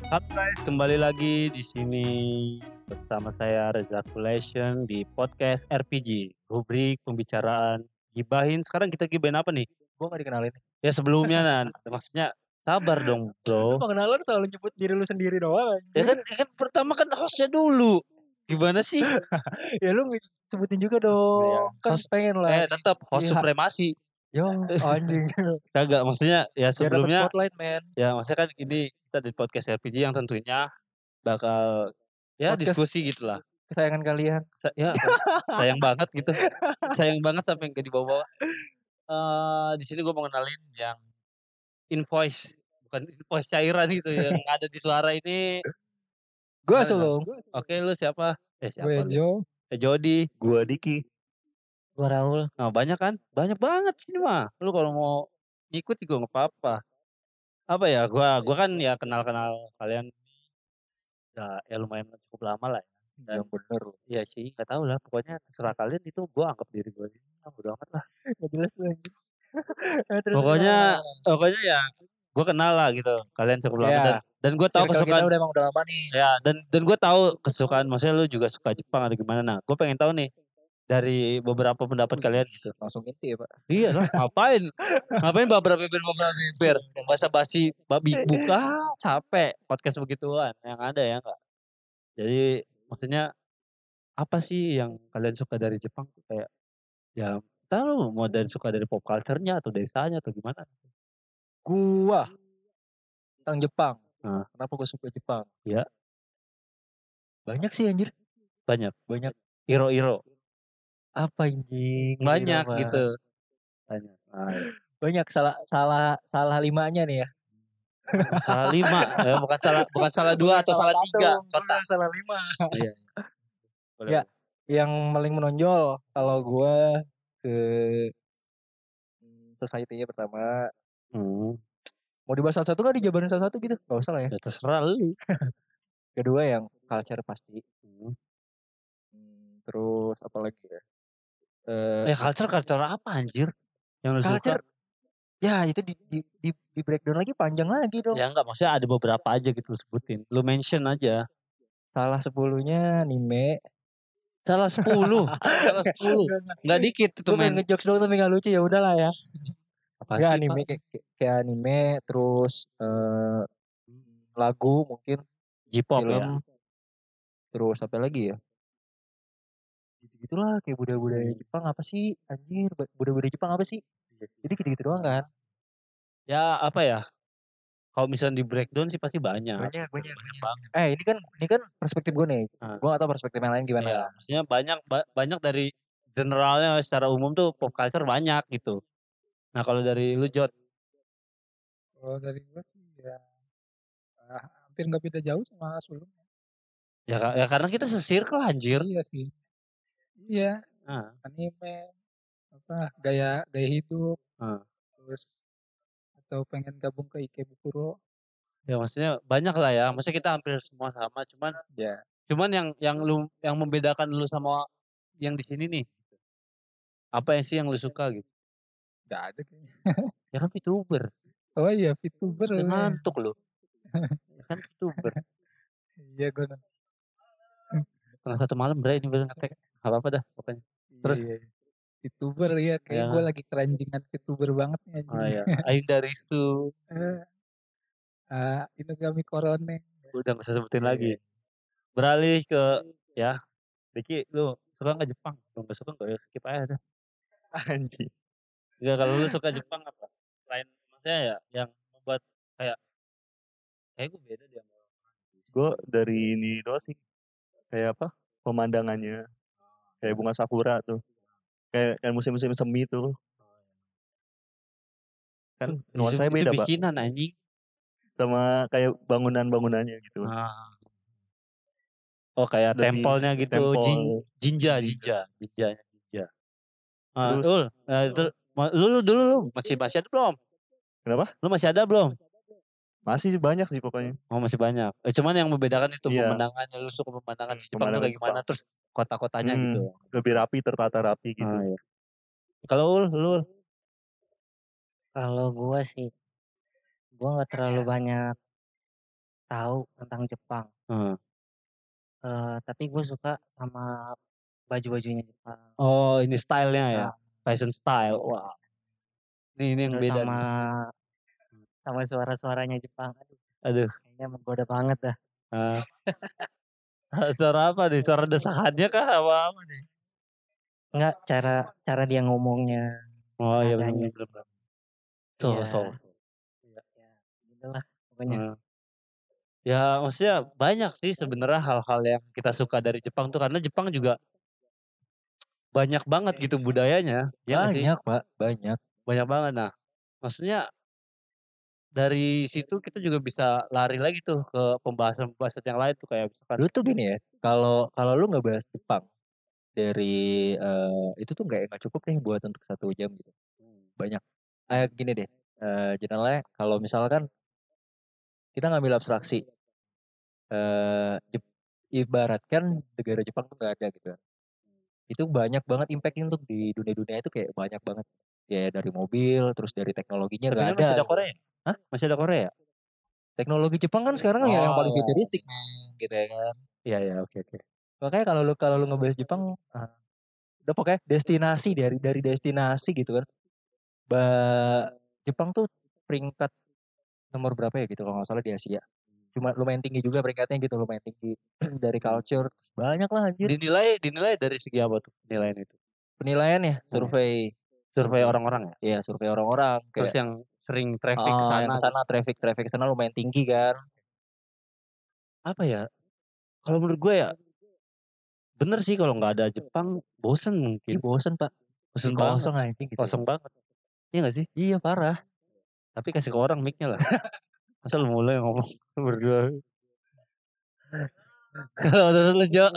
Halo guys, kembali lagi di sini bersama saya Reza Kulation di podcast RPG, rubrik pembicaraan gibahin. Sekarang kita gibahin apa nih? Gue gak dikenalin. Ya sebelumnya maksudnya sabar dong Lu bro. pengenalan selalu nyebut diri lu sendiri doang Ya anjir. kan pertama kan hostnya dulu. Gimana sih? Ya lu sebutin juga Ya, dong. Kan host, pengen lah tetap host supremasi. Yo anjing. Kagak, maksudnya ya Biar dapat sebelumnya spotlight men. ya maksudnya kan ini kita di podcast RPG yang tentunya bakal ya Podcast diskusi gitulah. kesayangan kalian. Ya sayang banget gitu. Sayang banget sampai nggak dibawa-bawa. Di sini gue mau ngenalin yang invoice, bukan invoice cairan itu yang ada di suara ini. Gue Kenalin dong. Sulung. Oke, lu siapa? Gue Siapa lu? Jo. Jody. Gua Diki. Gue Raul. Nah, banyak kan? Banyak banget sini mah. Lu kalau mau ikut juga nggak apa-apa. Apa ya? Gua kan ya kenal-kenal kalian ya lumayan cukup lama lah ya. Dan Yang bener. iya sih, nggak tahu lah. Pokoknya terserah kalian itu. Gua anggap diri gue ini bodo amat lah. Gak jelas lu anjing. Pokoknya ya gue kenal lah gitu. Kalian cukup lama Ya. dan gue tahu Circle kesukaan. kita udah lama nih. Ya, dan gue tahu kesukaan, maksudnya lu juga suka Jepang atau gimana. Nah, gue pengen tahu nih dari beberapa pendapat kalian gitu. Langsung inti ya pak. Iya lah, ngapain? Ngapain beberapa beber basa-basi babi buka capek podcast begituan yang ada ya enggak. Jadi maksudnya apa sih yang kalian suka dari Jepang tuh kayak ya tahu mau dari suka dari pop culture-nya atau desanya atau gimana? Gua tentang Jepang. Nah. Kenapa gue suka Jepang? Ya. Banyak sih anjir. Banyak. Iro. Apa anjing? Banyak Apa? gitu. Banyak. Nah, Banyak salah limanya nih ya. salah 5 ya, bukan salah 2 atau salah 3 kotak. Salah 5. Iya. Boleh. Ya, yang paling menonjol kalau gue ke society-nya pertama. Mau dibahas satu-satu gak dijabarin satu-satu gitu? Gak usah lah ya. Ya terserah lu. Kedua yang culture pasti. Terus apa lagi ya? Culture apa anjir? Yang lu Culture, suka? ya itu di breakdown lagi panjang lagi dong. Ya enggak, maksudnya ada beberapa aja gitu lu sebutin. Lu mention aja. Salah 10-nya anime. Salah 10. Salah 10. Enggak dikit itu men. Gue ngejokes doang tapi gak lucu, ya udahlah ya. Apa Enggak sih, anime kayak anime, terus lagu mungkin, J-pop film, ya. Terus apa lagi ya? Gitu-gitulah kayak budaya-budaya Jepang apa sih? Anjir, budaya-budaya Jepang apa sih? Jadi gitu-gitu doang kan? Ya apa ya? Kalau misalnya di breakdown sih pasti banyak. Banyak. Banget. Ini kan perspektif gue nih. Gue gak tahu perspektif yang lain gimana. Ya, maksudnya banyak dari generalnya secara umum tuh pop culture banyak gitu. Nah, kalau dari lu Jod? Kalau dari gue sih ya hampir nggak beda jauh sama Sulung. Ya karena kita se-circle anjir. Iya sih. Iya. Anime apa gaya hidup. Terus atau pengen gabung ke Ikebukuro. Ya maksudnya banyak lah ya. Maksudnya kita hampir semua sama, cuman yang membedakan lu sama yang di sini nih. Apa yang sih yang lu suka gitu? Gak ada kayaknya. Ya kan VTuber. Oh iya VTuber. Udah ngantuk lu. Ya kan VTuber. Iya gue. Setengah 1 malam Bray ini baru ngetek. Gak apa-apa dah pokoknya. Terus iya. VTuber ya kayak gue lagi keranjingan VTuber banget nih. Oh iya. Ayunda Risu. Inugami Korone. Udah gak usah sebutin lagi. Beralih ke ya. Diki lu suka gak Jepang? Lu gak suka gak ya skip aja dah. Anjir. Ya kalau lu suka Jepang apa? Selain maksudnya ya yang membuat kayak gue beda dia sama orang. Gue dari ini doang sih. Kayak apa? Pemandangannya. Kayak bunga sakura tuh. Kayak musim-musim semi tuh. Kan nuansanya beda, Pak. Itu bikinan anjing. Sama kayak bangunan-bangunannya gitu. Oh kayak Dari tempelnya gitu. Jinja. Terus Lu dulu masih ada belum? Kenapa? Lu masih ada belum? Masih banyak sih pokoknya. Oh masih banyak. Cuman yang membedakan itu Iya. pemandangannya. Lu suka pemandangan di Jepang tuh kayak gimana? Terus kota-kotanya gitu. Lebih rapi, tertata rapi gitu. Iya. Kalau lu? Kalau gue sih, gue nggak terlalu banyak tahu tentang Jepang. Hmm. Tapi gue suka sama baju-bajunya Jepang. Oh ini stylenya ya, Nah, fashion style. Wah, ini yang terus beda. sama suara-suaranya Jepang. Aduh, Kayaknya menggoda banget dah. ah. Suara apa nih? Suara desakannya kah? Apa nih? Enggak, cara dia ngomongnya. Oh iya Nadanya. benar. Iya. So. Ya, gitulah pokoknya. Ya maksudnya banyak sih sebenarnya hal-hal yang kita suka dari Jepang tuh karena Jepang juga banyak banget gitu budayanya. Ya nggak sih? Banyak, Pak, banyak. Banyak banget. Nah, maksudnya dari situ kita juga bisa lari lagi tuh ke pembahasan-pembahasan yang lain tuh kayak misalkan Lu tuh gini ya, kalau lu nggak bahas Jepang dari itu tuh nggak cukup nih buat untuk 1 jam gitu. Banyak. Gini deh, generalnya kalau misalkan kita ngambil abstraksi, ibaratkan negara Jepang tuh nggak ada gitu kan. Itu banyak banget impactnya untuk di dunia-dunia itu kayak banyak banget. Ya dari mobil, terus dari teknologinya tapi nggak kan ada. masih ada gitu. Korea. Hah? Masih ada Korea? Teknologi Jepang kan sekarang yang paling iya. futuristik gitu ya kan. Iya, oke. Makanya kalau lu ngebahas Jepang, udah pokoknya destinasi dari destinasi gitu kan. Jepang tuh peringkat nomor berapa ya gitu kalau nggak salah di Asia. Cuma lumayan tinggi juga peringkatnya gitu, lumayan tinggi dari culture. Banyak lah anjir. Dinilai dari segi apa tuh penilaian itu? Penilaiannya Survei orang-orang ya. Iya, survei orang-orang Terus kayak yang sering traffic ke yang sana. kesana traffic kesana lumayan tinggi kan. Apa ya? Kalau menurut gue ya bener sih kalau nggak ada Jepang bosen mungkin. Bosen Pak. Bosen banget. Kosong aja gitu. Kosong banget. Iya gak sih? Iya parah. Tapi kasih ke orang mic-nya lah. Masa lu mulai ngomong berdua. Kalau menurut lu Jo.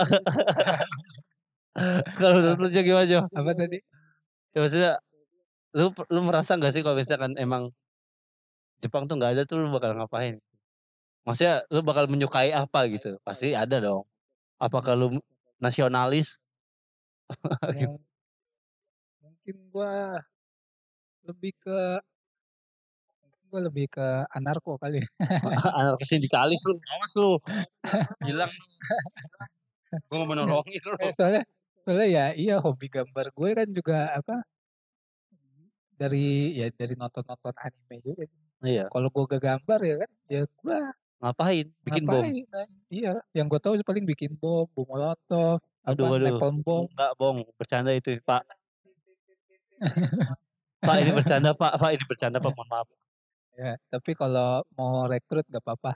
Kalau menurut lu Jo gimana Jo? Apa tadi? Ya maksudnya lu merasa gak sih kalau misalkan emang Jepang tuh gak ada tuh lu bakal ngapain? Maksudnya lu bakal menyukai apa gitu? Pasti ada dong. Apakah lu nasionalis? Mungkin gua lebih ke anarko kali. Anarkis sindikalis lu, awas lu. Hilang. Gue mau menolongin lu. Soalnya ya iya hobi gambar gue kan juga dari nonton anime juga. Iya. Kalau gue gak gambar ya kan, ya gue Ngapain? Bikin bom. Iya, yang gue tahu paling bikin bom molotov, Aduh. napalm bom. Enggak bong, bercanda itu Pak. Pak ini bercanda Pak ini bercanda Pak, mohon maaf. Ya, tapi kalau mau rekrut gak apa-apa.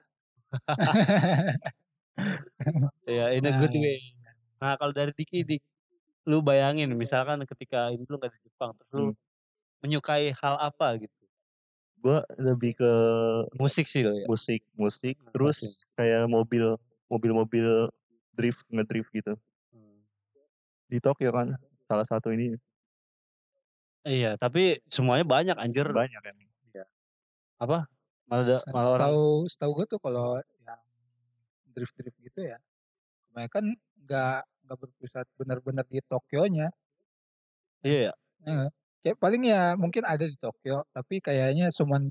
Ya, in a good way. Nah, kalau dari Dik, lu bayangin misalkan ketika ini lu gak di Jepang, terus lu menyukai hal apa gitu? Gue lebih ke Musik sih lo ya. musik, terus kayak mobil ngedrift gitu. Di Tokyo kan salah satu ini. Iya, tapi semuanya banyak anjir. Banyak kan. Iya. Apa? Malah orang. Setahu gue tuh kalau yang drift gitu ya, mereka kan nggak berpusat benar-benar di Tokyo-nya. Iya ya. Kayak paling ya mungkin ada di Tokyo, tapi kayaknya cuman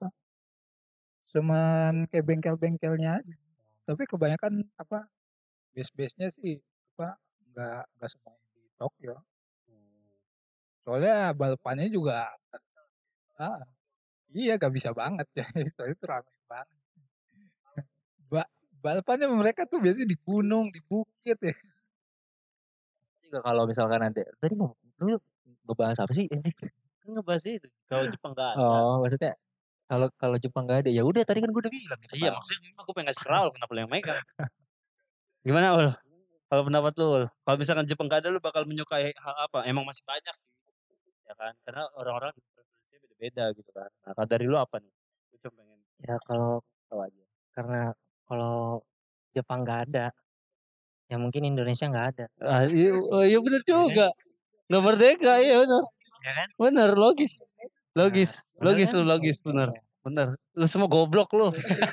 kayak bengkel-bengkelnya aja. Tapi kebanyakan base-base-nya sih nggak semuanya di Tokyo. Soalnya balapannya juga iya gak bisa banget ya. Soalnya itu ramai banget. Balapannya mereka tuh biasanya di gunung, di bukit ya. Juga kalau misalkan ada tadi lu ngebahas apa sih ini? Kan ngebahas itu kalau Jepang gak ada. Oh, maksudnya kalau Jepang gak ada ya udah tadi kan gue udah bilang gitu. Iya, maksudnya aku pengen ngasih Raul kenapa lu yang megang. Gimana Ul? Kalau pendapat lu Ul? Kalau misalkan Jepang gak ada lu bakal menyukai hal apa? Emang masih banyak sih. Ya kan? Karena orang-orang preferensinya beda-beda gitu kan. Nah, kalau dari lu apa nih? Gue cuma pengen. Ya kalau tahu aja. Karena kalau Jepang gak ada, ya mungkin Indonesia gak ada. Iya bener juga. Gak merdeka, iya bener. Ya kan? Bener, logis bener. Lu semua goblok lu.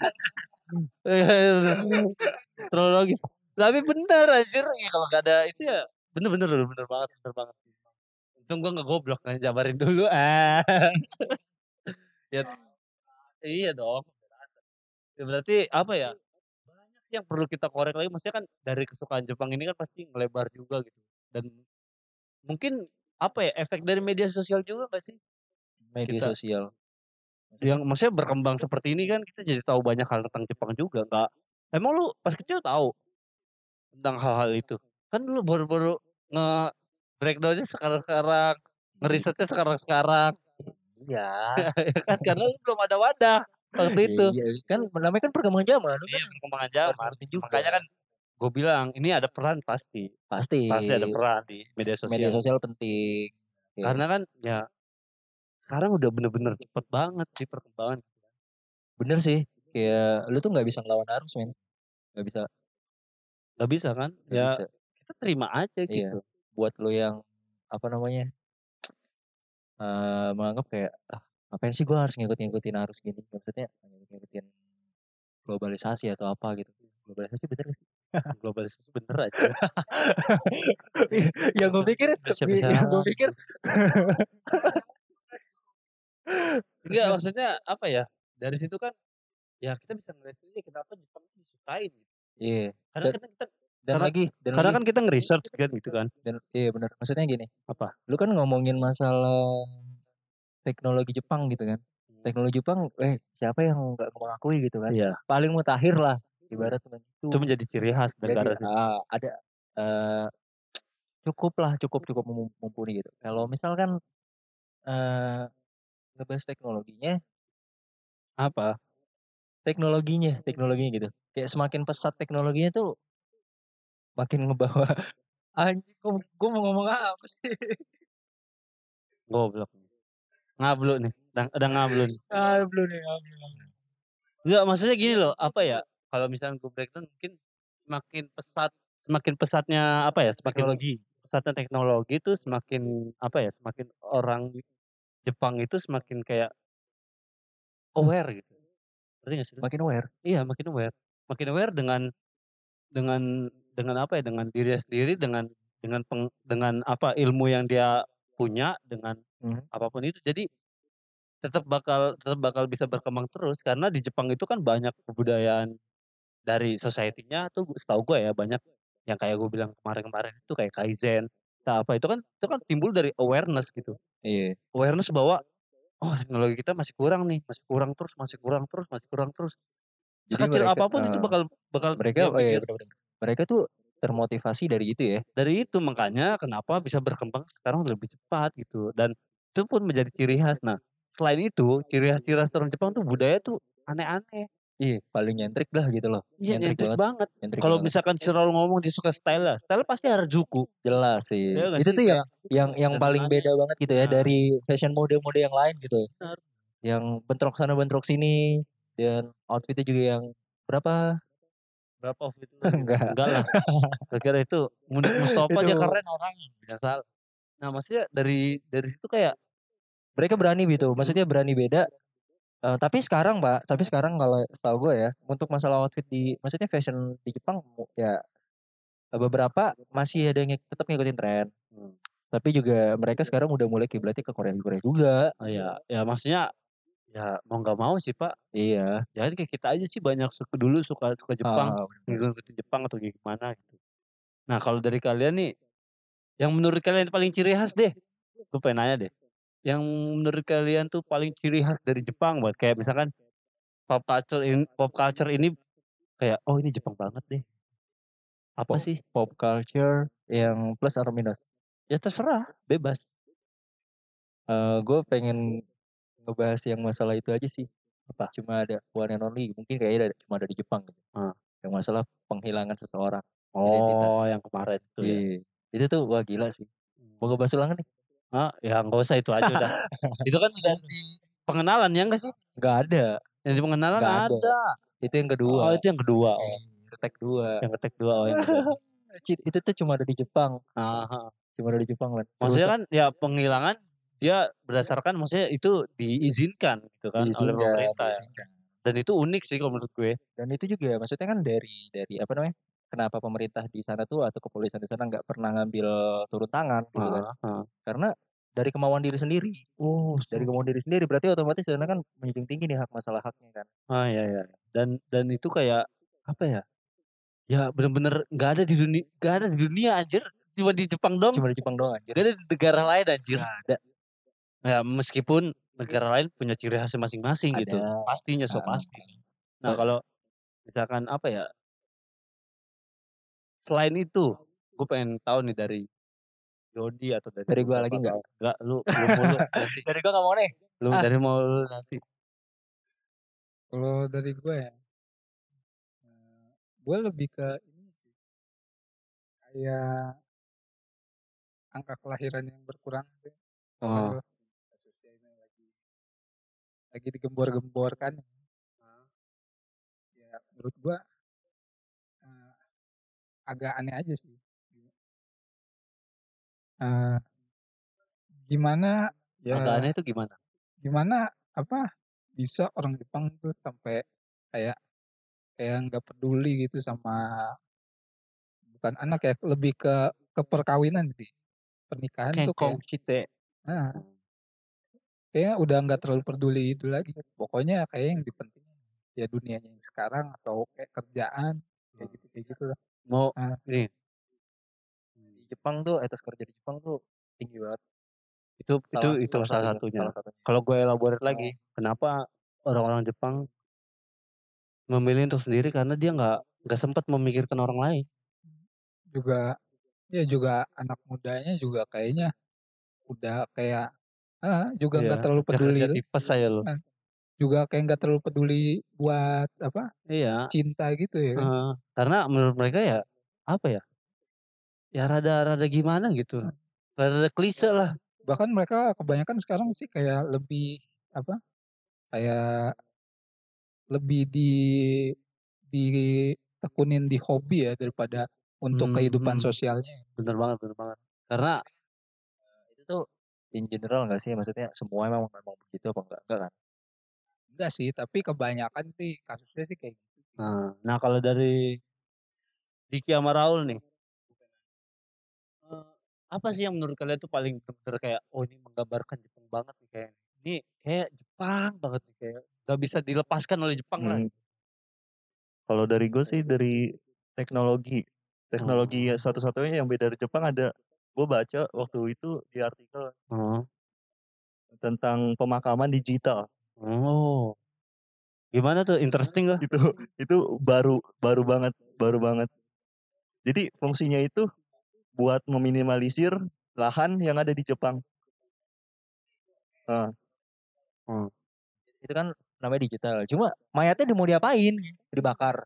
Terlalu logis. Tapi bener anjir, ya, kalau gak ada itu ya bener banget. Untung gue gak goblok, jabarin dulu. Ya, iya dong. Ya berarti apa ya? Banyak sih yang perlu kita korek lagi. Maksudnya kan dari kesukaan Jepang ini kan pasti ngelebar juga gitu. Dan mungkin apa ya efek dari media sosial juga gak sih? Media Kita sosial. yang maksudnya berkembang seperti ini kan kita jadi tahu banyak hal tentang Jepang juga. Nggak, emang lu pas kecil tahu tentang hal-hal itu? Kan lu baru-baru nge breakdownnya sekarang-sekarang, ngerisetnya sekarang-sekarang. Iya. Ya kan karena lu belum ada wadah waktu itu. Iya, kan namanya kan perkembangan zaman, lu Iya kan perkembangan harus zaman. ngerti juga. Makanya kan gue bilang ini ada peran pasti. Pasti Pasti ada peran di media media sosial. sosial penting. Ya. Karena kan ya sekarang udah bener-bener cepet banget sih perkembangan. Bener sih, kayak lu tuh nggak bisa ngelawan arus, men. Nggak bisa, Gak bisa kan? nggak Ya bisa. kita terima aja Iya. gitu. Buat lu yang apa namanya menganggap kayak ngapain sih gue harus ngikutin arus gini? Maksudnya ngikutin globalisasi atau apa gitu. Globalisasi bener gak sih? Globalisasi bener aja. yang gue pikir, yang gue pikir Enggak maksudnya apa ya? Dari situ kan ya kita bisa ngeliat sendiri kenapa Jepang itu disukain gitu. iya. Karena kan kita Dan karena, lagi, karena kan kita nge-research kan gitu kan. dan iya benar. Maksudnya gini, Apa? lu kan ngomongin masalah teknologi Jepang gitu kan. Teknologi Jepang, siapa yang nggak mengakui gitu kan? Iya. Paling mutakhir lah, ibarat begitu. Itu menjadi ciri khas Jadi negara sih. ada cukup mumpuni gitu. Kalau misalkan ngebahas Apa? teknologinya gitu. Kayak semakin pesat teknologinya tuh makin ngebawa anjing gue mau ngomong apa sih? Goblok. Ngablu nih. Udah ngablu nih. Belum nih. Enggak maksudnya gini loh. Apa ya? Kalau misalnya gue breakdown mungkin semakin pesatnya apa ya? Pesatnya teknologi itu semakin apa ya? Semakin orang Jepang itu semakin kayak aware gitu. Ngerti gak sih? Makin aware. Iya makin aware. Makin aware dengan apa ya? Dengan diri sendiri, dengan apa ilmu yang dia punya, dengan apapun itu. Jadi tetap bakal bisa berkembang terus karena di Jepang itu kan banyak kebudayaan dari society-nya tuh setahu gue ya banyak yang kayak gue bilang kemarin-kemarin itu kayak kaizen. Nah, apa itu kan timbul dari awareness gitu. Iya. Awareness bahwa oh teknologi kita masih kurang nih, masih kurang terus. Jadi Sekecil mereka, apapun itu bakal mereka dia mikir. benar-benar. Mereka tuh termotivasi dari itu ya. Dari itu makanya kenapa bisa berkembang sekarang lebih cepat gitu dan itu pun menjadi ciri khas. Nah, selain itu ciri khas orang Jepang tuh budaya tuh aneh-aneh. Iya, paling nyentrik lah gitu loh. Iya nyentrik banget. Nyentrik Kalau banget. misalkan selalu ngomong dia suka style lah, style pasti Harajuku. Jelas sih. Iya nggak Itu sih? tuh yang paling beda banget gitu ya Nah. dari fashion mode-mode yang lain gitu. Benar. Yang bentrok sana bentrok sini dan outfitnya juga yang berapa outfit itu? Enggak lah. Kira itu Mustafa Itu. dia keren orangnya. Tidak salah. Nah maksudnya dari situ kayak mereka berani gitu. Maksudnya berani beda. Tapi sekarang kalau setahu gue ya untuk masalah outfit maksudnya fashion di Jepang ya beberapa masih ada yang tetap ngikutin tren. Tapi juga mereka sekarang udah mulai kiblatnya ke Korea juga. Oh ya maksudnya ya mau nggak mau sih Pak. Iya. Ya kayak kita aja sih banyak dulu suka Jepang, ngikutin Jepang atau gimana gitu. Nah kalau dari kalian nih, yang menurut kalian paling ciri khas deh, gue pengen nanya deh. Yang menurut kalian tuh paling ciri khas dari Jepang buat kayak misalkan pop culture ini kayak oh ini Jepang banget deh. Apa sih? Pop culture yang plus atau minus? Ya terserah, bebas. Gue pengen ngebahas yang masalah itu aja sih. Apa? Cuma ada one and only, mungkin kayaknya cuma ada di Jepang gitu. Yang masalah penghilangan seseorang. Identitas. Oh yang kemarin itu ya. Itu tuh wah gila sih. Mau ngebahas ulangan nih? Ya nggak usah itu aja udah. Itu kan udah di pengenalan ya nggak sih? Nggak ada. Yang di pengenalan ada. Itu yang kedua. Oh itu yang kedua. Ketek 2. Yang ketek 2 oh yang kedua. Itu tuh cuma ada di Jepang. Cuma ada di Jepang kan. Maksudnya kan ya penghilangan dia berdasarkan maksudnya itu diizinkan gitu kan oleh pemerintah. Diizinkan. Dan itu unik sih kalau menurut gue. Dan itu juga maksudnya kan dari apa namanya? Kenapa pemerintah di sana tuh atau kepolisian di sana nggak pernah ngambil turun tangan gitu kan? Karena dari kemauan diri sendiri. Dari kemauan diri sendiri berarti otomatis sana kan menjunjung tinggi nih masalah haknya kan. Iya. Dan itu kayak apa ya? Ya bener-bener nggak ada di dunia anjir. Cuma di Jepang dong. Cuma di Jepang doang anjir. Gak ada di negara lain anjir. Nggak ada. Ya meskipun negara lain punya ciri khasnya masing-masing gitu. Ada. Pastinya pasti. Nah kalau misalkan apa ya? Selain itu, gue pengen tahu nih dari Jody atau Dari gue lagi nggak? Enggak, lu mulu nanti. Dari gue nggak mau nih. Lu dari mau lu nanti. Kalau dari gue ya, gue lebih ke ini sih, kayak angka kelahiran yang berkurang gitu. Kalau kasusnya ini lagi digembor-gemborkan, ya menurut gue agak aneh aja sih. Gimana ya? Agak aneh itu gimana? Gimana bisa orang Jepang tuh sampai kayak nggak peduli gitu sama, bukan anak ya, lebih ke perkawinan sih, pernikahan tuh kayak kayaknya udah nggak terlalu peduli itu lagi. Pokoknya kayak yang dipentingin ya dunianya yang sekarang, atau kayak kerjaan kayak gitu lah. Mau nih Di Jepang tuh etos kerja di Jepang tuh tinggi banget. itu salah satunya. Kalau gue elaborate lagi, kenapa orang-orang Jepang memilih untuk sendiri, karena dia nggak sempat memikirkan orang lain. Juga anak mudanya juga kayaknya udah kayak juga nggak terlalu peduli. Kerja tipes saya loh. Juga kayak nggak terlalu peduli buat cinta gitu ya kan. Karena menurut mereka ya apa ya? Ya rada gimana gitu. Rada klise lah. Bahkan mereka kebanyakan sekarang sih kayak lebih kayak lebih ditekunin di hobi ya daripada untuk kehidupan sosialnya. Bener banget. Karena itu tuh in general nggak sih, maksudnya semua memang begitu apa enggak kan? Enggak sih, tapi kebanyakan sih kasusnya sih kayak gitu. Nah kalau dari Diki sama Raul nih, apa sih yang menurut kalian tuh paling bener kayak ini menggambarkan Jepang banget nih, kayak ini kayak Jepang banget nih, kayak gak bisa dilepaskan oleh Jepang lah. Kalau dari gue sih dari teknologi ya, satu-satunya yang beda dari Jepang ada, gue baca waktu itu di artikel tentang pemakaman digital. Gimana tuh, interesting lah. Itu baru banget. Jadi fungsinya itu buat meminimalisir lahan yang ada di Jepang. Itu kan namanya digital. Cuma mayatnya mau diapain? Dibakar.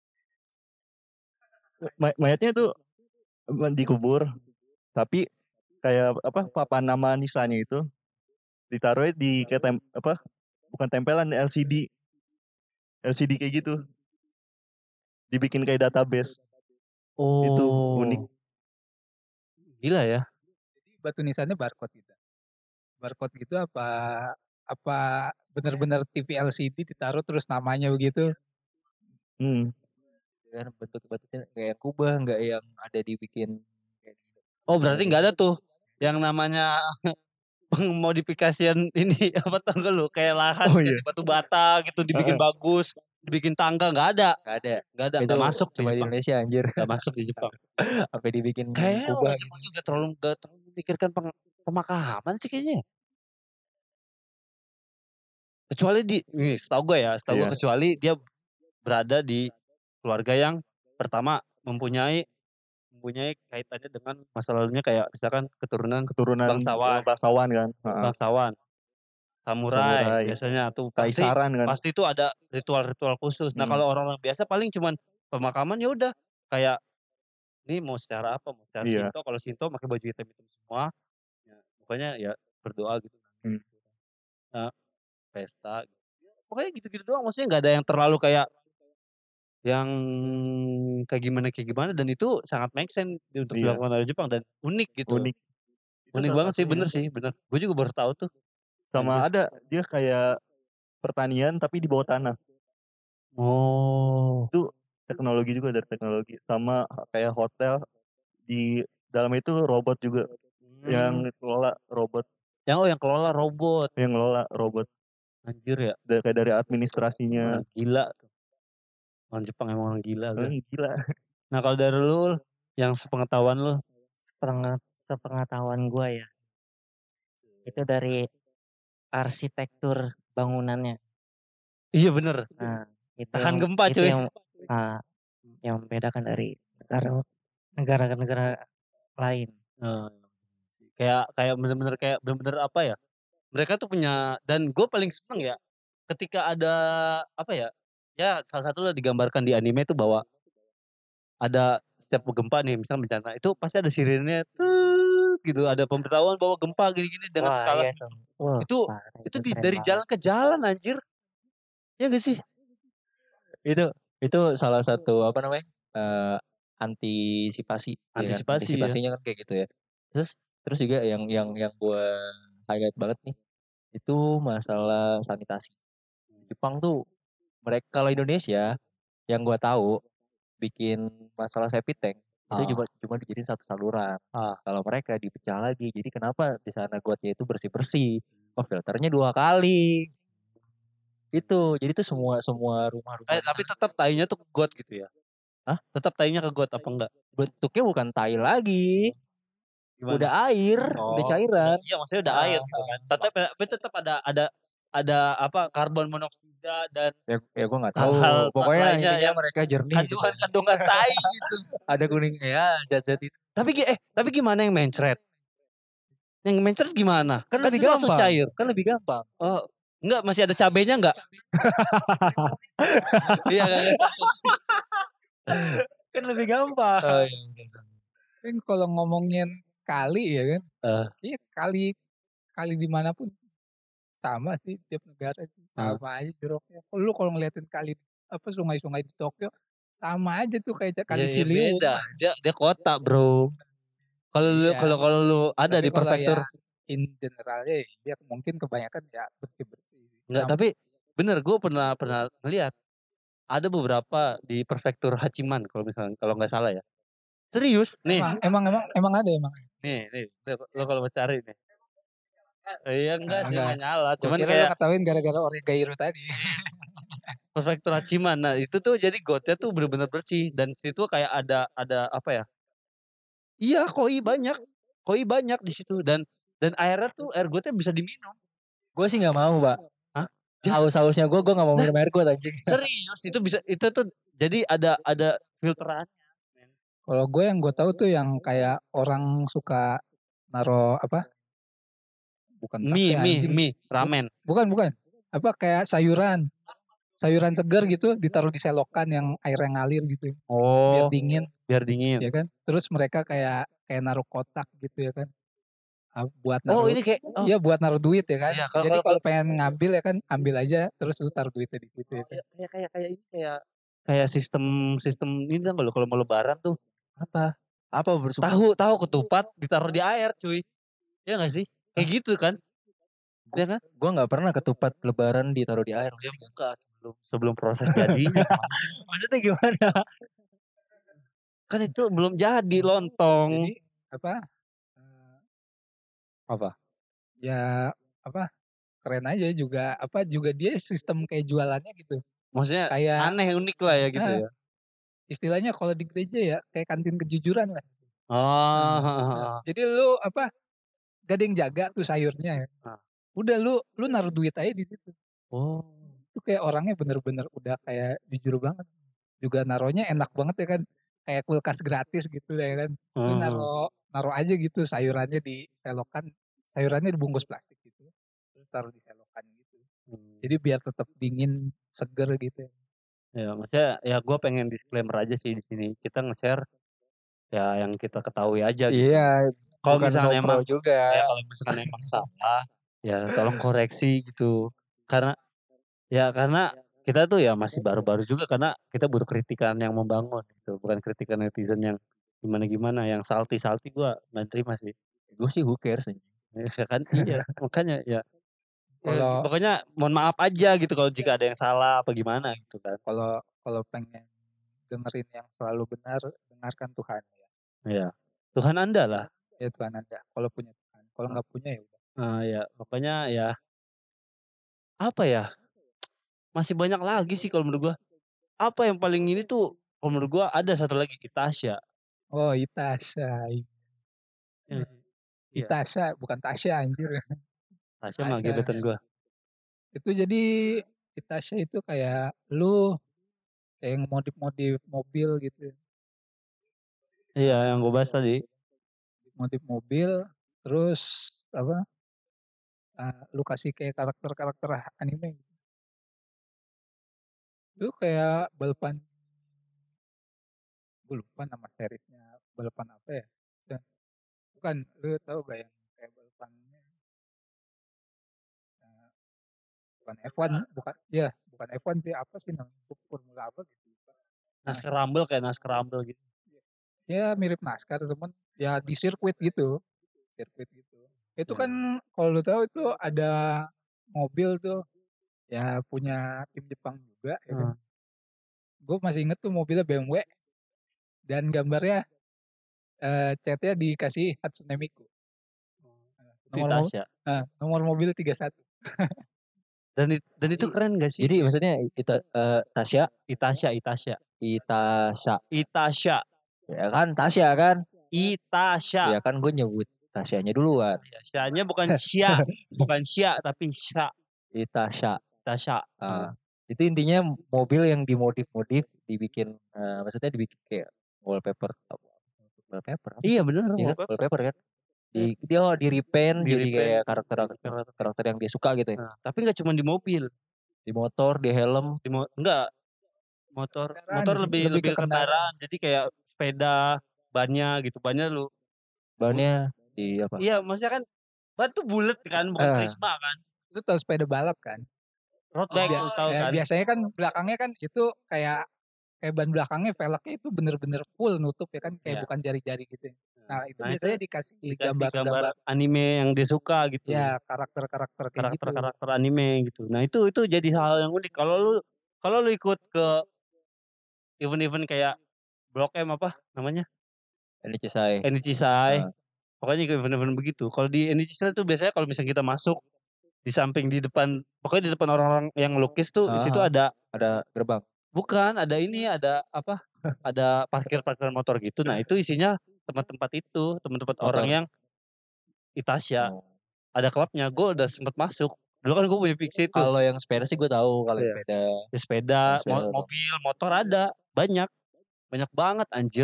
Mayatnya tuh dikubur, tapi kayak papan nama nisanya itu ditaruh di kayak bukan tempelan, LCD kayak gitu, dibikin kayak database. Itu unik, gila ya. Jadi batu nisannya barcode gitu apa benar-benar TV LCD ditaruh terus namanya begitu? Kan bentuk batunya kayak kubah, nggak yang ada dibikin. Berarti nggak ada tuh yang namanya modifikasian ini tau gak lu, kayak lahan kasih batu bata gitu dibikin bagus, dibikin tangga, nggak ada. Nggak masuk cuma di Indonesia anjir. Nggak masuk di Jepang. Apa dibikin kayak kubah Jepang juga nggak terlalu memikirkan pemakaman sih kayaknya. Kecuali setahu gue kecuali dia berada di keluarga yang pertama mempunyai kaitannya dengan masa lalunya, kayak misalkan keturunan bangsawan kan. Bangsawan, samurai biasanya tuh kaisaran kan. Pasti itu ada ritual khusus. Nah kalau orang-orang biasa paling cuman pemakaman, ya udah kayak ini mau secara apa, mau secara Shinto. Kalau Shinto pakai baju hitam semua, ya, pokoknya ya berdoa gitu. Pesta gitu. Pokoknya gitu-gitu doang, maksudnya nggak ada yang terlalu kayak yang kayak gimana, dan itu sangat make sense untuk dilakukan oleh Jepang dan unik gitu. Unik banget sih, bener. Gue juga baru tahu tuh. Sama ada dia kayak pertanian tapi di bawah tanah. Itu teknologi juga, dari teknologi. Sama kayak hotel di dalam itu robot juga yang kelola robot. Yang kelola robot. Yang ngelola robot. Anjir ya. Kayak dari administrasinya. Gila. Orang Jepang emang orang gila. Udah. Gila. Nah kalau dari lu, yang sepengetahuan lu, Sepengetahuan gue ya, itu dari arsitektur bangunannya. iya bener. Nah, itu Tahan yang, gempa, itu cuy. yang membedakan dari negara lain. Kayak bener-bener apa ya? Mereka tuh punya, dan gue paling seneng ya ketika ada apa ya? Ya salah satu lah digambarkan di anime itu bahwa ada setiap gempa nih, misalnya bencana itu pasti ada sirennya gitu, ada pemberitahuan bahwa gempa gini-gini dengan skala iya, wah, itu parah, itu keren dari banget. jalan ke jalan anjir. Ya gak sih? Itu salah satu apa namanya? Antisipasi. Ya kan? Antisipasi, ya. Antisipasinya kan kayak gitu ya. Terus juga yang gue highlight banget nih, itu masalah sanitasi. Jepang tuh mereka, kalau Indonesia yang gue tahu bikin masalah septic tank itu cuma dijadiin satu saluran. Kalau mereka dipecah lagi. Jadi kenapa di sana gotnya itu bersih-bersih? Oh, filternya 2 kali. Itu. Jadi tuh semua rumah-rumah. Tapi tetap tainya tuh ke got gitu ya. Hah? Tetap tainya ke got apa enggak? Bentuknya bukan tai lagi. Gimana? Udah air, udah cairan. Iya, maksudnya udah air gitu kan. Tapi tetap ada apa karbon monoksida dan Ya gue nggak tahu. hal-hal Pokoknya lainnya intinya yang mereka jernih. kandungan tai gitu. Ada kuning ya, zat-zat itu. Tapi gimana yang mencret? Yang mencret gimana? Kan lebih itu langsung gampang. cair. Kan lebih gampang. Oh, enggak, masih ada cabenya enggak? Iya kan. Kan lebih gampang. Oh, iya. Kan kalau ngomongin kali ya kan. Eh. Iya kali dimanapun sama sih tiap negara sih. Sama aja joroknya. Lu kalau ngeliatin kali apa sungai-sungai di Tokyo sama aja tuh kayak kali Iya, Ciliwung. beda. Dia kota, Bro. Kalau Iya. kalau lu ada Tapi di prefektur, ya, in generalnya ya mungkin kebanyakan ya bersih-bersih. enggak, tapi bener gue pernah ngeliat ada beberapa di prefektur Hachiman kalau nggak salah ya. Serius nih. Emang ada emang. Nih, lo kalau mau cari nih. Iya enggak sih, nggak nyala. Cuman kira kayak lu ngetawain gara-gara Oregairo tadi. prefektur Hachiman. Nah itu tuh jadi gotnya tuh bener-bener bersih. Dan situ kayak ada apa ya. Iya koi banyak di situ. Dan airnya tuh, air gotnya bisa diminum. Gue sih nggak mau, Pak. Hah? Haus-hausnya gue nggak mau minum air got anjing. Serius, itu tuh jadi ada filterannya. Kalau gue yang gue tahu tuh yang kayak orang suka naro apa? Bukan Mie, ramen. Bukan. Apa kayak sayuran segar gitu ditaruh di selokan yang airnya ngalir gitu. Oh. Biar dingin. Ya kan? Terus mereka kayak naruh kotak gitu ya kan. Buat naruh. Oh, ini kayak Iya, buat naruh duit ya kan. Iya, Jadi kalau pengen ngambil ya kan ambil aja terus lu taruh duitnya di situ ya kan. Kayak sistem ini kan kalau mau lebaran tuh Apa bersuka? tahu ketupat ditaruh di air, cuy. Ya enggak sih? Kayak gitu kan? Ya kan? Gue nggak pernah ketupat lebaran ditaruh di air. Ya buka sebelum proses jadinya. Maksudnya gimana? Kan itu belum jadi lontong. Jadi apa? Ya apa? Keren aja juga dia sistem kayak jualannya gitu. Maksudnya kayak aneh, unik lah ya gitu ya. Istilahnya kalau di gereja ya kayak kantin kejujuran lah. Oh. Jadi lu gak ada yang jaga tuh sayurnya ya. Udah lu naruh duit aja di situ. Oh. Itu kayak orangnya bener-bener udah kayak jujur banget. Juga naruhnya enak banget ya kan. Kayak kulkas gratis gitu ya kan. Lu naruh aja gitu sayurannya di selokan. Sayurannya dibungkus plastik gitu. Terus taruh di selokan gitu. Jadi biar tetap dingin, seger gitu. Ya maksudnya ya gue pengen disclaimer aja sih di sini. Kita nge-share ya yang kita ketahui aja gitu. Iya. Kalau misalnya emang juga. Ya kalau misalkan emang salah, ya tolong koreksi gitu. Karena kita tuh ya masih baru-baru juga, karena kita butuh kritikan yang membangun gitu, bukan kritikan netizen yang gimana-gimana, yang salty gue nggak terima sih. Gue sih who cares aja. Ya kan iya, makanya ya. Kalau Pokoknya mohon maaf aja gitu kalau jika ada yang salah apa gimana gitu kan. Kalau pengen dengerin yang selalu benar, dengarkan Tuhan ya. Iya. Tuhan Anda lah. Ya Tuhan Anda. Kalau punya Tuhan, kalau nggak punya ya udah. Ya pokoknya ya apa ya? Masih banyak lagi sih kalau menurut gua. apa yang paling ini tuh kalau menurut gua ada satu lagi Itasha. Oh, Itasha. Iya. Itasha bukan Tasya anjir. Itasha mah Itasha. gebetan gua. Itu jadi Itasha itu kayak lu kayak modif-modif mobil gitu. Iya, yang gua bahas tadi. Modif mobil terus apa? Lu kasih kayak karakter-karakter anime. Lu kayak balapan, gue lupa nama seriesnya, balapan apa ya? Bukan, lu tahu gak yang kayak balapannya? eh, Bukan F1, bukan F1 sih, apa sih namanya? Formula apa gitu. NASCAR Rumble kayak NASCAR Rumble gitu. Ya mirip NASCAR, cuman ya di sirkuit gitu. Itu Ya. kan kalau lu tahu itu ada mobil tuh, ya punya tim Jepang juga. Ya kan? Gue masih inget tuh mobilnya BMW dan gambarnya catnya dikasih Hatsune Miku. Nomor mobil 31. Dan itu keren gak sih? Jadi maksudnya Tasya, Itasha. Itasha. Ya kan Tasya kan? Itasha. Ya kan gue nyebut Tasyanya duluan. Ya, Sya-nya bukan Sya, bukan Sya tapi Sya. Itasha. Itu intinya mobil yang dimodif-modif, dibikin maksudnya dibikin kayak wallpaper. Iya benar. Iya kan? Wallpaper kan? Dia di repaint jadi kayak karakter yang dia suka gitu ya. Nah, tapi nggak cuma di mobil, Di motor, di helm. Enggak. Motor lebih ke kendaraan. Jadi kayak sepeda, bannya gitu. Bannya di apa? Iya, maksudnya kan ban tuh bulat kan, bukan prisma kan. Lu tahu sepeda balap kan? Road bike lu tahu kan. Biasanya kan belakangnya kan itu kayak ban belakangnya velgnya itu bener-bener full nutup ya kan, kayak bukan jari-jari gitu. Nah itu biasanya dikasih gambar anime yang dia suka gitu. Ya karakter-karakter kayak gitu. Karakter anime gitu. Nah itu jadi hal yang unik. Kalau lu ikut ke event-event kayak Blok M apa namanya? Enichishai. Pokoknya ke event-event begitu. Kalau di Enichishai tuh biasanya kalau misalnya kita masuk di samping di depan, pokoknya di depan orang-orang yang lukis tuh di situ ada gerbang. Bukan, ada ini, ada apa? Ada parkiran motor gitu. Nah, itu isinya teman-teman orang yang Itasha. Ada klubnya. Gue udah sempet masuk. Dulu kan gue punya Pixie itu. Kalau yang sepeda sih gue tahu, kalau sepeda, mobil, motor ada, banyak banget anjir.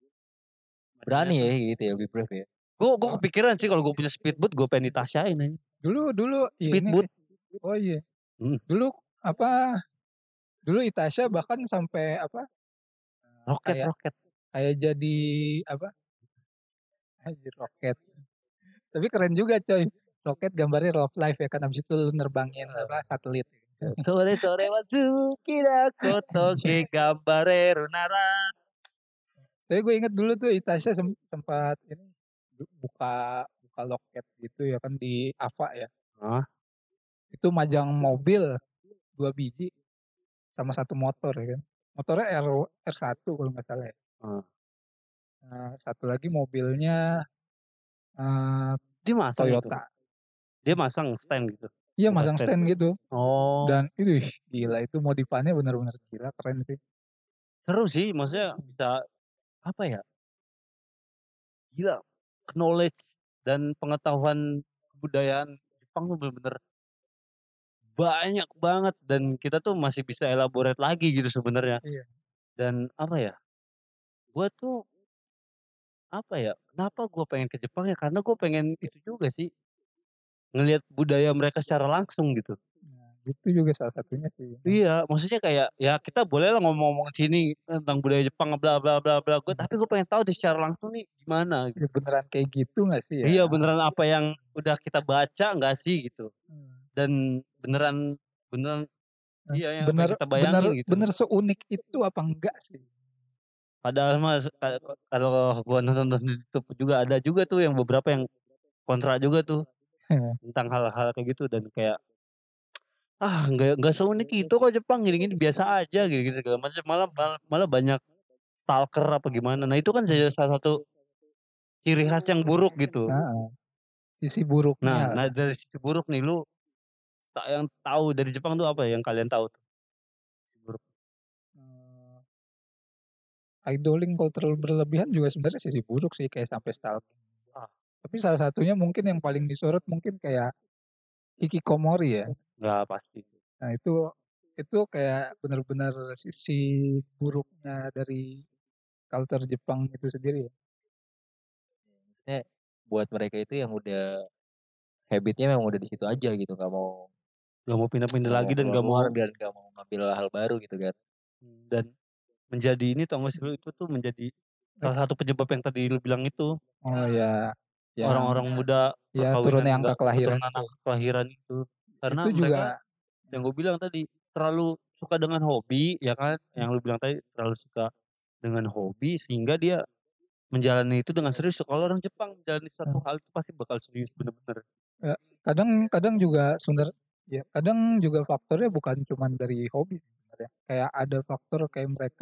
Berani ya gitu ya, lebih brave ya. Gue kepikiran sih kalau gue punya speedboat gue pengen Itashain aja. Dulu speedboat. Oh iya. Dulu apa? Dulu Itasha bahkan sampai apa? Roket. Kayak jadi apa? Anjir roket. Tapi keren juga coy. Roket gambarnya Love Life ya kan, abis itu lu nerbangin satelit. Sore masuk kira kotoke gambare runara. Tapi gue inget dulu tuh Itasha sempat ini buka loket gitu ya kan di Ava ya. Itu majang mobil 2 biji sama 1 motor ya kan. Motornya R1 kalau nggak salah ya. Nah, satu lagi mobilnya dia masang Toyota. Dia masang stand gitu. Iya masang stand gitu. Oh. Dan gila itu modifannya benar-benar gila, keren sih. Seru sih, maksudnya bisa apa ya? Gila, knowledge dan pengetahuan kebudayaan Jepang tuh bener-bener banyak banget dan kita tuh masih bisa elaborate lagi gitu sebenarnya. Iya. Dan apa ya? Gue tuh apa ya? Kenapa gue pengen ke Jepang ya? Karena gue pengen itu juga sih. Ngelihat budaya mereka secara langsung gitu. Nah, itu juga salah satunya sih. Iya, maksudnya kayak ya kita boleh lah ngomong-ngomong sini tentang budaya Jepang bla bla bla bla. Tapi gue pengen tahu di secara langsung nih gimana. Gitu. Ya, beneran kayak gitu nggak sih ya? Iya beneran apa yang udah kita baca nggak sih gitu. Dan beneran iya yang kita bayangin gitu. Bener seunik itu apa enggak sih? Padahal mas kalau gua nonton YouTube juga ada juga tuh yang beberapa yang kontra juga tuh tentang hal-hal kayak gitu dan kayak nggak seunik itu kok Jepang gini-gini biasa aja gitu segala macam malah banyak stalker apa gimana. Nah itu kan jadi salah satu ciri khas yang buruk gitu. Sisi buruknya. Nah dari sisi buruk nih lu yang tahu dari Jepang tuh apa yang kalian tahu tuh? Buruk. idoling kalau terlalu berlebihan juga sebenarnya sisi buruk sih, kayak sampai stalking. Tapi salah satunya mungkin yang paling disorot mungkin kayak hikikomori ya. Nggak pasti. Nah itu kayak benar-benar sisi buruknya dari culture Jepang itu sendiri ya. Maksudnya buat mereka itu yang udah habitnya memang udah di situ aja gitu, nggak mau Pindah-pindah lagi dan nggak mau keluar dan nggak mau ngambil hal baru gitu kan. dan menjadi ini tau gak sih lu, itu tuh menjadi salah satu penyebab yang tadi lu bilang itu. Oh ya, yang Orang-orang muda ya perkawinan turunnya angka nggak kelahiran keturunan tuh. angka kelahiran itu. Karena Itu mereka juga yang gue bilang tadi terlalu suka dengan hobi ya kan, yang lu bilang tadi terlalu suka dengan hobi sehingga dia menjalani itu dengan serius. Kalau orang Jepang menjalani satu hal itu pasti bakal serius bener-bener. ya, kadang juga sebenarnya ya kadang juga faktornya bukan cuma dari hobi sebenarnya. Kayak ada faktor kayak mereka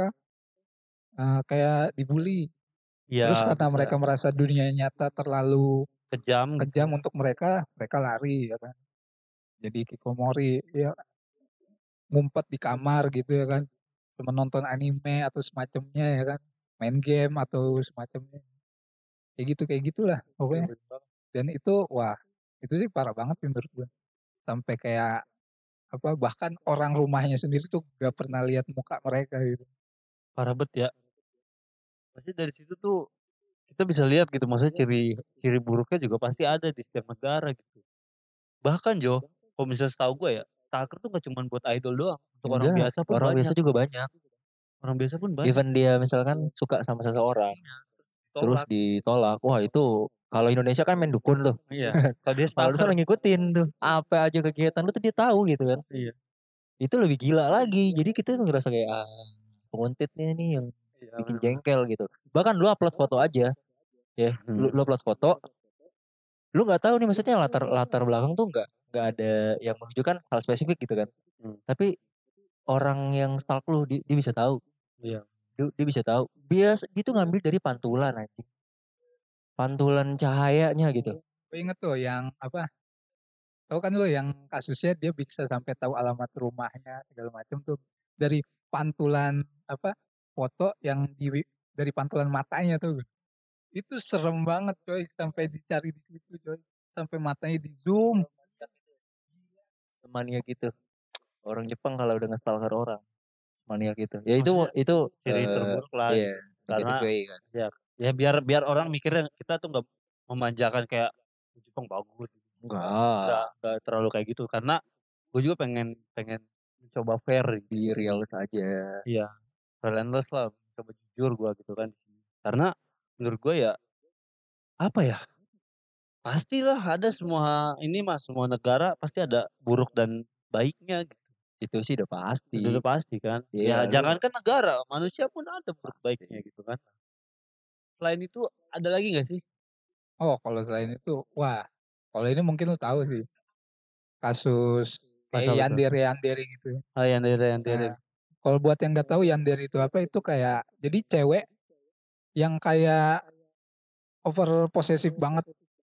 kayak dibully. Terus Ya karena bisa mereka merasa dunia nyata terlalu kejam gitu. kejam untuk mereka lari ya kan. Jadi hikikomori ya ngumpet di kamar gitu ya kan. Cuma nonton anime atau semacamnya ya kan. Main game atau semacamnya. Kayak gitulah pokoknya. Dan itu wah, itu sih parah banget sih menurut gue. Sampai kayak bahkan orang rumahnya sendiri tuh gak pernah lihat muka mereka gitu. Parah bet ya. Pasti dari situ tuh kita bisa lihat gitu, maksudnya ciri buruknya juga pasti ada di setiap negara gitu. Bahkan Jo, kalau misalnya setahu gue ya, stalker tuh gak cuma buat idol doang, untuk orang Enggak, biasa pun orang banyak. biasa juga banyak. Orang biasa pun banyak. Even dia misalkan suka sama seseorang, terus ditolak. Wah itu kalau Indonesia kan main dukun tuh. Iya. Kalau dia Kalau lu stalker. selalu ngikutin tuh apa aja kegiatan lu tuh dia tahu gitu kan. Iya. Itu lebih gila lagi. Jadi kita tuh ngerasa kayak penguntitnya nih yang bikin jengkel gitu. Bahkan lu upload foto aja, ya, lu upload foto, lu nggak tahu nih maksudnya latar belakang tuh nggak ada yang menunjukkan hal spesifik gitu kan. Tapi orang yang stalk lu dia bisa tahu. Iya. Dia bisa tahu. Biasa itu ngambil dari pantulan aja. Pantulan cahayanya gitu. Gue inget tuh yang tahu kan lo yang kasusnya dia bisa sampai tahu alamat rumahnya segala macam tuh dari pantulan foto yang dari pantulan matanya tuh. Itu serem banget coy, sampai dicari di situ coy, sampai matanya di zoom. Semania gitu. Orang Jepang kalau udah nge-stalker orang, semania gitu. Ya Maksudnya itu ciri terburuk lah. Iya, Karena kan. ya biar orang mikirnya kita tuh nggak memanjakan kayak Jepang bagus. Enggak terlalu kayak gitu, karena gue juga pengen mencoba fair di gitu. real saja. Iya, relentless lah, coba jujur gue gitu kan. Karena menurut gue ya apa ya, pastilah ada semua semua negara pasti ada buruk dan baiknya gitu. Itu sih udah pasti. Itu udah pasti kan. Iya, Ya jangankan negara, manusia pun ada buruk baiknya gitu kan. Selain itu ada lagi gak sih? Oh kalau selain itu, wah kalau ini mungkin lo tahu sih kasus kayak yandere gitu. Yandere. Nah, kalau buat yang nggak tahu yandere itu apa, itu kayak jadi cewek yang kayak over posesif banget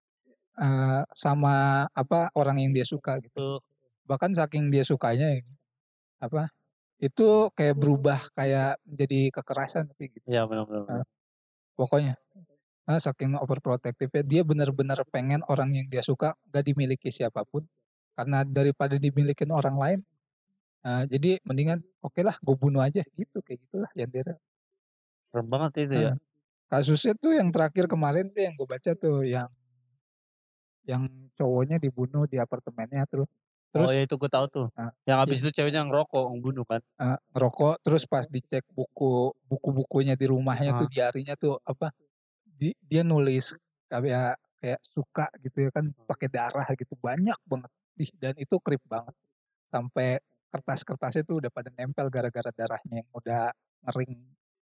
sama orang yang dia suka gitu. Bahkan saking dia sukanya itu kayak berubah kayak menjadi kekerasan sih gitu. Iya benar. Pokoknya saking overprotective-nya dia benar-benar pengen orang yang dia suka gak dimiliki siapapun, karena daripada dimilikin orang lain jadi mendingan oke lah gue bunuh aja gitu, kayak gitulah yandere. Serem banget itu ya. Kasusnya tuh yang terakhir kemarin tuh yang gue baca tuh yang cowoknya dibunuh di apartemennya terus Oh ya itu gue tahu tuh. Yang habis itu ceweknya ngerokok, ngebunuh kan. Ngerokok terus pas dicek buku-bukunya di rumahnya tuh diarinya tuh dia nulis kayak suka gitu ya kan pakai darah gitu banyak banget. Dan itu creep banget. Sampai kertas-kertasnya tuh udah pada nempel gara-gara darahnya yang udah ngering.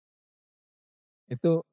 Itu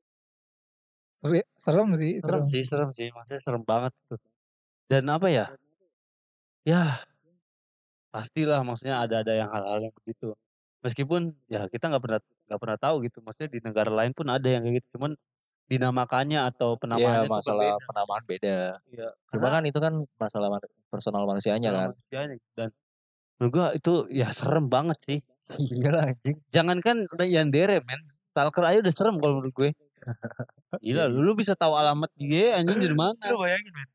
serem sih. Serem sih. Maksudnya serem banget tuh. Dan apa ya? Ya pastilah maksudnya ada yang hal-hal yang begitu. Meskipun ya kita nggak pernah tahu gitu. Maksudnya di negara lain pun ada yang kayak gitu. Cuman dinamakannya atau penamaannya tuh masalah beda. Penamaan beda. Iya. Cuma kan itu kan masalah personal manusianya kan. Dan menurut gue itu ya serem banget sih. Iya lah anjing. Jangankan yandere men. Stalker aja udah serem kalau menurut gue. Gila, lu bisa tahu alamat dia anjing di mana. Lu bayangin men.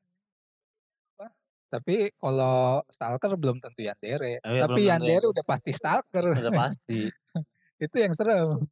Tapi kalau stalker belum tentu yandere. Oh iya, Tapi belum tentu yandere yandere. udah pasti stalker. Udah pasti. Itu yang serem.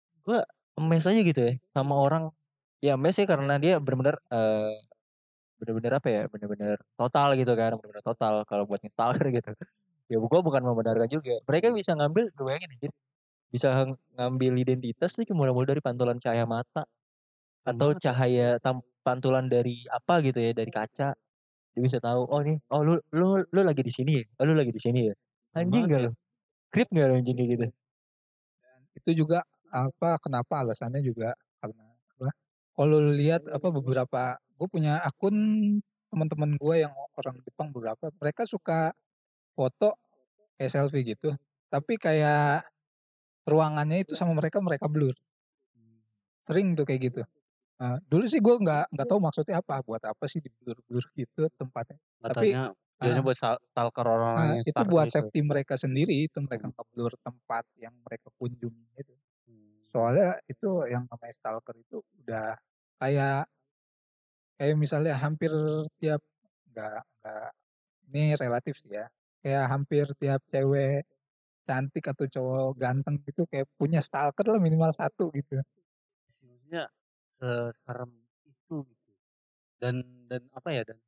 Emes aja gitu ya sama orang. Ya emes sih karena dia benar-benar benar-benar apa ya, benar-benar total gitu kan, benar-benar total kalau buat stalker gitu. Ya gua bukan membenarkan juga. Mereka bisa ngambil, lu bayangin aja, bisa ngambil identitas tuh cuma mulai dari pantulan cahaya mata atau cahaya pantulan dari apa gitu ya, dari kaca. Dia bisa tahu, oh nih, oh lu lagi di sini ya, oh lu lagi di sini ya. Anjing gak lu? Creep gak lu anjing kayak gitu? Itu juga kenapa alasannya juga karena apa? Kalau lu lihat beberapa, gue punya akun teman-teman gue yang orang Jepang beberapa, mereka suka foto kayak selfie gitu, tapi kayak ruangannya itu sama mereka blur. Sering tuh kayak gitu. Nah, dulu sih gue nggak tahu maksudnya apa, buat apa sih di blur gitu tempatnya. Katanya dia buat stalker orang yang itu buat safety mereka sendiri, itu mereka nge-blur tempat yang mereka kunjungi itu. Soalnya itu yang namanya stalker itu udah kayak misalnya hampir tiap nggak ini relatif sih ya, kayak hampir tiap cewek cantik atau cowok ganteng gitu kayak punya stalker lah minimal satu gitu. Maksudnya seserem itu gitu. Dan apa ya, dan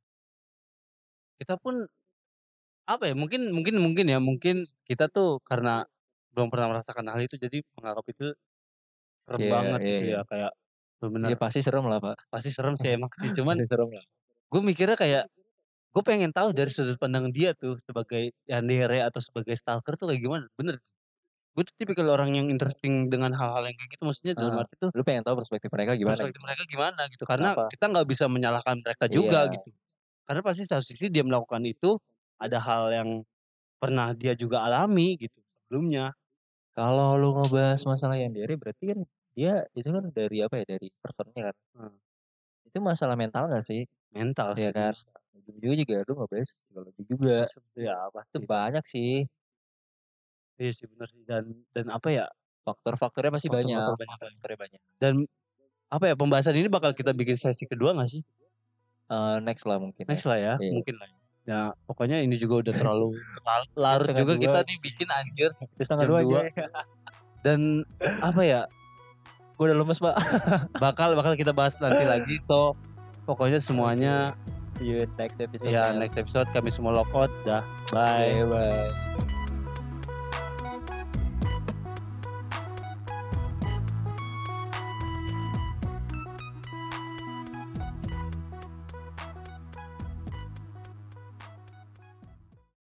kita pun apa ya, mungkin kita tuh karena belum pernah merasakan hal itu jadi menganggap itu serem banget gitu ya, kayak benar-benar Ya pasti serem lah Pak. pasti serem sih emang sih, cuman Pasti serem lah. gue mikirnya kayak gue pengen tahu dari sudut pandang dia tuh sebagai yandere atau sebagai stalker tuh kayak gimana. Bener, gue tuh tipikal orang yang interesting dengan hal-hal yang kayak gitu, maksudnya dalam arti tuh Lu pengen tahu perspektif mereka gimana? perspektif mereka gimana gitu, karena Kenapa? kita nggak bisa menyalahkan mereka juga Iya. gitu, karena pasti satu sisi dia melakukan itu ada hal yang pernah dia juga alami gitu sebelumnya. Kalau lu ngebahas masalah yandere berarti kan dia itu kan dari apa ya, dari personnya kan. Itu masalah mental gak sih? Mental Iya sih. kan. Ujung-ujungnya juga lu ngebahas psikologi juga. Ya Itu pasti. banyak sih. Iya sih benar sih, dan apa ya, Faktor-faktornya pasti banyak. Faktornya banyak. Dan apa ya, pembahasan ini bakal kita bikin sesi kedua gak sih? Next lah mungkin. Next lah ya, Iya. mungkin lah. Ya pokoknya ini juga udah terlalu larut juga kita nih bikin anjir. Setengah dua aja. Dan apa ya, Gue udah lemes Pak. bakal kita bahas nanti lagi. So pokoknya semuanya See you next episode. ya next episode kami semua lock out dah. Bye. Bye.